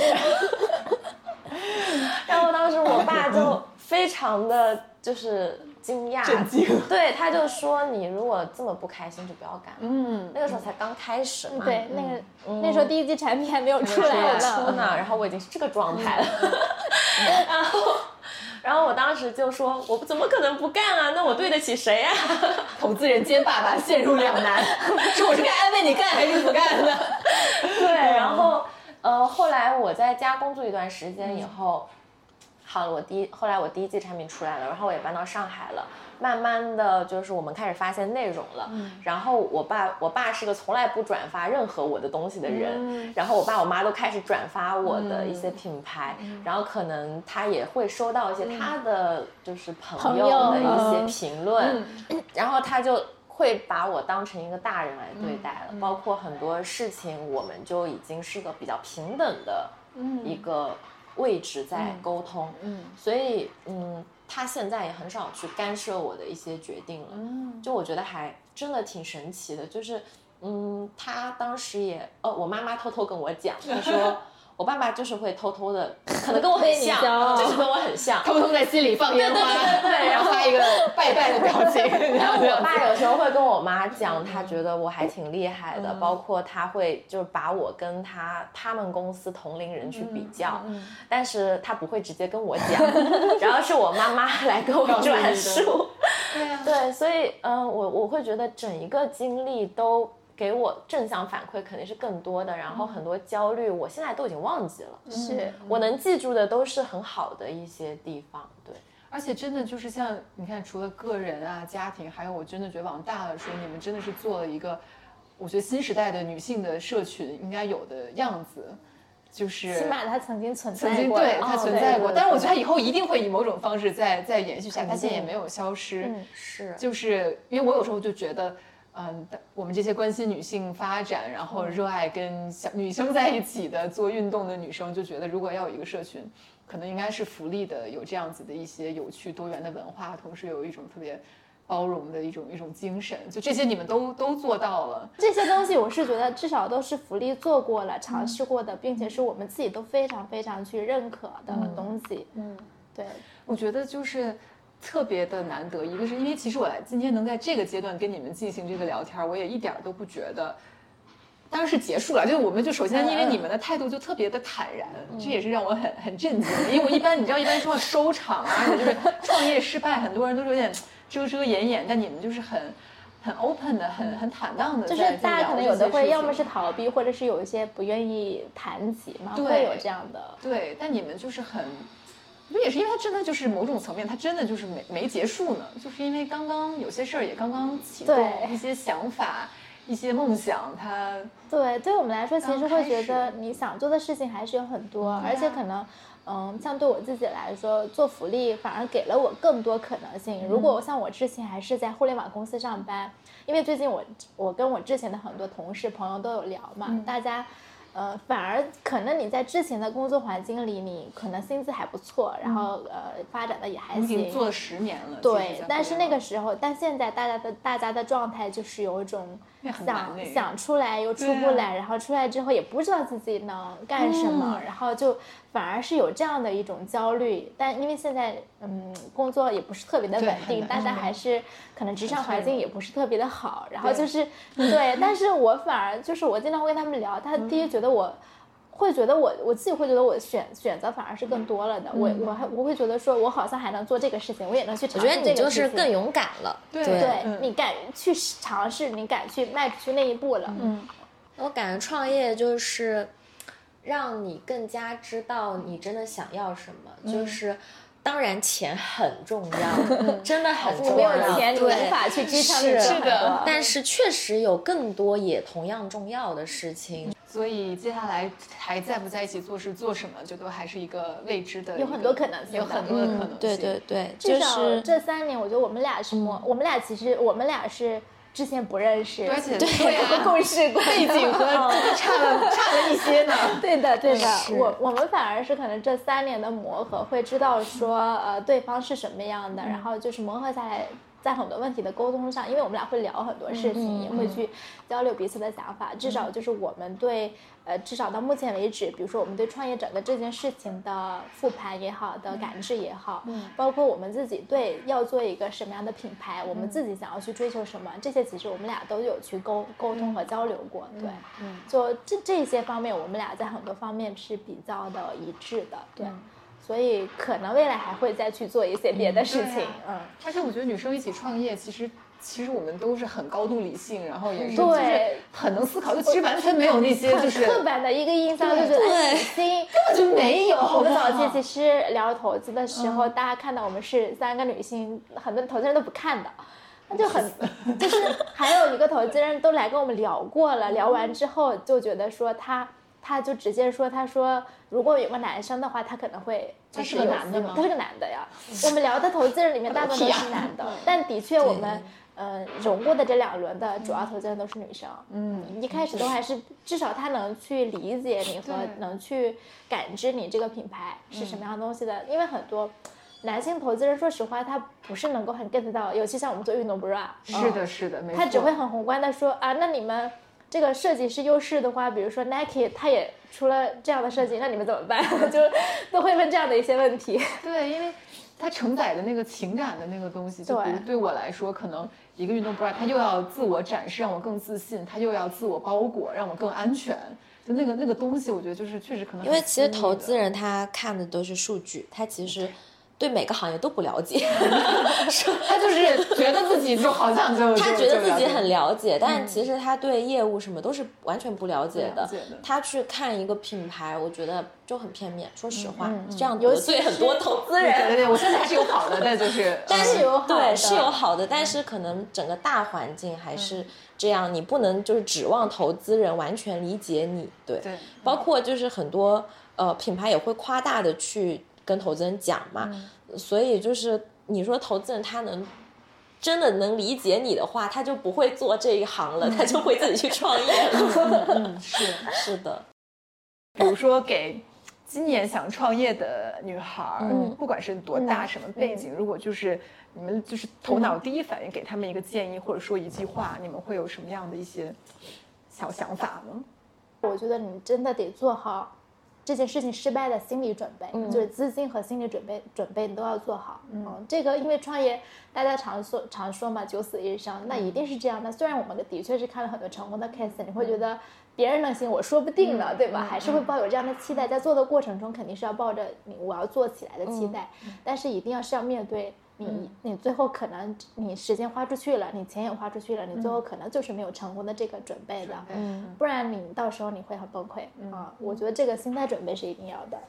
然后当时我爸就非常的就是惊讶， 震惊。 对，他就说你如果这么不开心就不要干。那个时候才刚开始嘛。 对，那时候第1季产品还没有出来呢，然后我已经是这个状态了。然后我当时就说，我怎么可能不干啊？那我对得起谁啊？ 投资人兼爸爸陷入两难，是我是该安慰你干还是不干呢？ 对，然后后来我在家工作一段时间以后，好了，后来我第1季产品出来了，然后我也搬到上海了。慢慢的就是我们开始发现内容了，然后我爸是个从来不转发任何我的东西的人，然后我爸我妈都开始转发我的一些品牌，然后可能他也会收到一些他的就是朋友的一些评论，然后他就会把我当成一个大人来对待了，包括很多事情我们就已经是个比较平等的一个位置在沟通，所以他现在也很少去干涉我的一些决定了，就我觉得还真的挺神奇的，就是他当时也我妈妈偷偷跟我讲，她说我爸爸就是会偷偷的，可能跟我很像，就是跟我很像， 偷偷在心里放烟花， 对， 然后发一个拜拜的表情。 然后我爸有时候会跟我妈讲，他觉得我还挺厉害的，包括他会就是把我跟他们公司同龄人去比较，但是他不会直接跟我讲，然后是我妈妈来跟我转述。对，所以我会觉得整一个经历都给我正向反馈肯定是更多的，然后很多焦虑我现在都已经忘记了， 是我能记住的都是很好的一些地方。对， 而且真的就是像你看，除了个人啊、家庭，还有我真的觉得往大了说，你们真的是做了一个我觉得新时代的女性的社群应该有的样子，就是起码它曾经存在过， 对，它存在过，但是我觉得它以后一定会以某种方式再延续下来，它现在也没有消失。 是， 就是因为我有时候就觉得我们这些关心女性发展，然后热爱跟小女生在一起的做运动的女生，就觉得如果要有一个社群，可能应该是福利的，有这样子的一些有趣多元的文化，同时有一种特别包容的一种精神，就这些你们都做到了。 这些东西我是觉得至少都是福利做过了、尝试过的，并且是我们自己都非常非常去认可的东西。对， 我觉得就是特别的难得，一个是因为其实我今天能在这个阶段跟你们进行这个聊天，我也一点都不觉得，当然是结束了。就是我们就首先因为你们的态度就特别的坦然，这也是让我很震惊。因为我一般你知道，一般说收场啊，或者就是创业失败，很多人都是有点遮遮掩掩，但你们就是很 open 的，很坦荡的， 就是大家可能有的会要么是逃避，或者是有一些不愿意谈及嘛，会有这样的。 对，但你们就是很。这也是因为它真的就是某种层面，它真的就是没结束呢，就是因为刚刚有些事儿也刚刚启动，一些想法、一些梦想，它对我们来说，其实会觉得你想做的事情还是有很多，而且可能像对我自己来说，做福利反而给了我更多可能性。如果像我之前还是在互联网公司上班，因为最近我跟我之前的很多同事朋友都有聊嘛，大家。反而可能你在之前的工作环境里，你可能薪资还不错，然后发展的也还行， 已经做了10年了。 对，但是那个时候，但现在大家的状态就是有一种想出来又出不来，然后出来之后也不知道自己能干什么，然后就反而是有这样的一种焦虑。但因为现在工作也不是特别的稳定，大家还是可能职场环境也不是特别的好，然后就是对，但是我反而就是我经常会跟他们聊，他第一觉得我自己会觉得我选择反而是更多了的，我会觉得说我好像还能做这个事情，我也能去尝试这个事情。 我觉得你就是更勇敢了， 对，你敢去尝试，你敢去迈出去那一步了。 我感觉创业就是让你更加知道你真的想要什么，就是当然钱很重要，真的很重要， 没有钱你无法去支撑你是的， 但是确实有更多也同样重要的事情。 所以接下来还在不在一起做事做什么，就都还是一个未知的， 有很多可能性， 有很多的可能性。 对， 至少这3年，我觉得我们俩是我们俩是之前不认识， 而且有共事过， 背景和差了一些呢。 对的，我们反而是可能这3年的磨合，会知道说对方是什么样的，然后就是磨合下来。在很多问题的沟通上，因为我们俩会聊很多事情，也会去交流彼此的想法。至少就是我们对至少到目前为止，比如说我们对创业者的这件事情的复盘也好，的感知也好，包括我们自己对要做一个什么样的品牌，我们自己想要去追求什么，这些其实我们俩都有去沟通和交流过。对，就这些方面，我们俩在很多方面是比较的一致的。对。所以可能未来还会再去做一些别的事情， 而且我觉得女生一起创业，其实我们都是很高度理性，然后也是对很能思考，就其实完全没有那些就是刻板的一个印象，就觉得女性根本就没有。 我们早期其实聊投资的时候，大家看到我们是3个女性，很多投资人都不看的。那就就是还有一个投资人都来跟我们聊过了，聊完之后就觉得说他就直接说，他说如果有个男生的话，他可能会就是他是个男的吗？ 他是个男的呀。我们聊的投资人里面大部分都是男的，但的确我们融过的这2轮的主要投资人都是女生。一开始都还是至少她能去理解你和能去感知你这个品牌是什么样的东西的，因为很多男性投资人说实话他不是能够很 get 到，尤其像我们做运动 bra， 是的，没错， 他只会很宏观的说啊，那你们这个设计是优势的话，比如说 Nike 他也出了这样的设计，那你们怎么办？就都会问这样的一些问题。 对，因为它承载的那个情感的那个东西，就比如对我来说，可能一个运动 bra 它又要自我展示让我更自信，它又要自我包裹让我更安全，就那个东西我觉得就是确实可能因为其实投资人他看的都是数据，他其实对每个行业都不了解他就是觉得自己就好像他觉得自己很了解，但其实他对业务什么都是完全不了解的。他去看一个品牌，我觉得就很片面，说实话，这样得罪很多投资人。 对，我现在还是有好的，但就是但是有好的， 对，是有好的，但是可能整个大环境还是这样，你不能就是指望投资人完全理解你。对，包括就是很多品牌也会夸大的去跟投资人讲嘛，所以就是你说投资人他真的能理解你的话，他就不会做这一行了，他就会自己去创业了。是的。 比如说给今年想创业的女孩，不管是多大什么背景，如果就是你们就是头脑第一反应给他们一个建议，或者说一句话，你们会有什么样的一些小想法呢？ 我觉得你真的得做好这件事情失败的心理准备，就是资金和心理准备你都要做好。这个因为创业大家常说嘛，九死一生，那一定是这样的。虽然我们的确是看了很多成功的 case， 你会觉得别人能行，我说不定呢，对吧？还是会抱有这样的期待，在做的过程中肯定是要抱着我要做起来的期待，但是一定是要面对。你最后可能你时间花出去了，你钱也花出去了，你最后可能就是没有成功的这个准备的，不然你到时候你会很崩溃啊！我觉得这个心态准备是一定要的。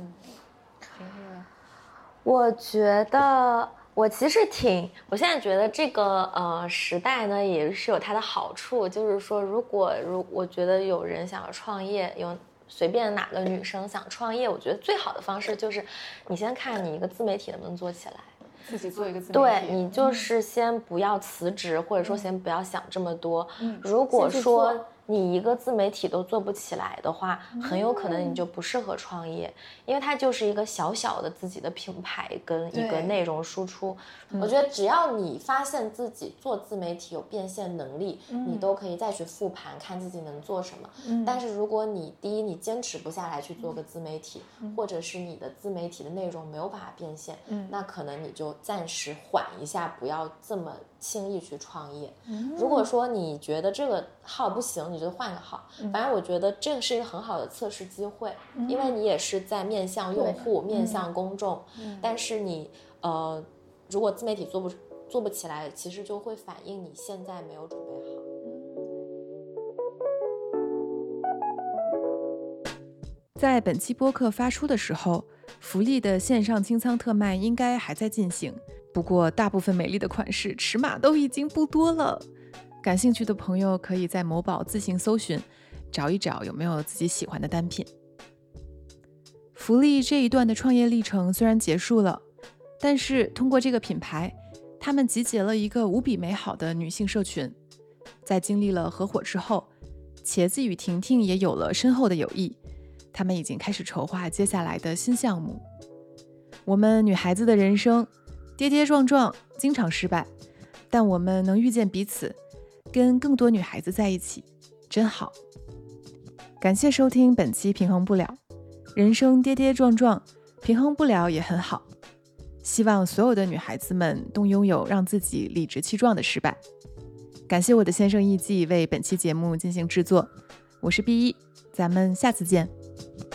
我觉得我其实我现在觉得这个时代呢也是有它的好处，就是说如果我觉得有人想要创业，有随便哪个女生想创业，我觉得最好的方式就是你先看你一个自媒体能不能做起来。 自己做一个自媒体， 对，你就是先不要辞职，或者说先不要想这么多。如果说你一个自媒体都做不起来的话，很有可能你就不适合创业，因为它就是一个小小的自己的品牌跟一个内容输出。我觉得只要你发现自己做自媒体有变现能力，你都可以再去复盘看自己能做什么。但是如果第一你坚持不下来去做个自媒体，或者是你的自媒体的内容没有办法变现，那可能你就暂时缓一下，不要这么轻易去创业。如果说你觉得这个号不行，你就换个号。反正我觉得这个是一个很好的测试机会，因为你也是在面向用户、面向公众。但是你如果自媒体做不起来，其实就会反映你现在没有准备好。 在本期播客发出的时候，福利的线上清仓特卖应该还在进行，不过大部分美丽的款式尺码都已经不多了。感兴趣的朋友可以在某宝自行搜寻，找一找有没有自己喜欢的单品。福利这一段的创业历程虽然结束了，但是通过这个品牌，他们集结了一个无比美好的女性社群。在经历了合伙之后，茄子与婷婷也有了深厚的友谊，他们已经开始筹划接下来的新项目。我们女孩子的人生跌跌撞撞，经常失败，但我们能遇见彼此，跟更多女孩子在一起，真好。感谢收听本期平衡不了，人生跌跌撞撞，平衡不了也很好。希望所有的女孩子们都拥有让自己理直气壮的失败。感谢我的先生艺伎为本期节目进行制作，我是 B1，咱们下次见。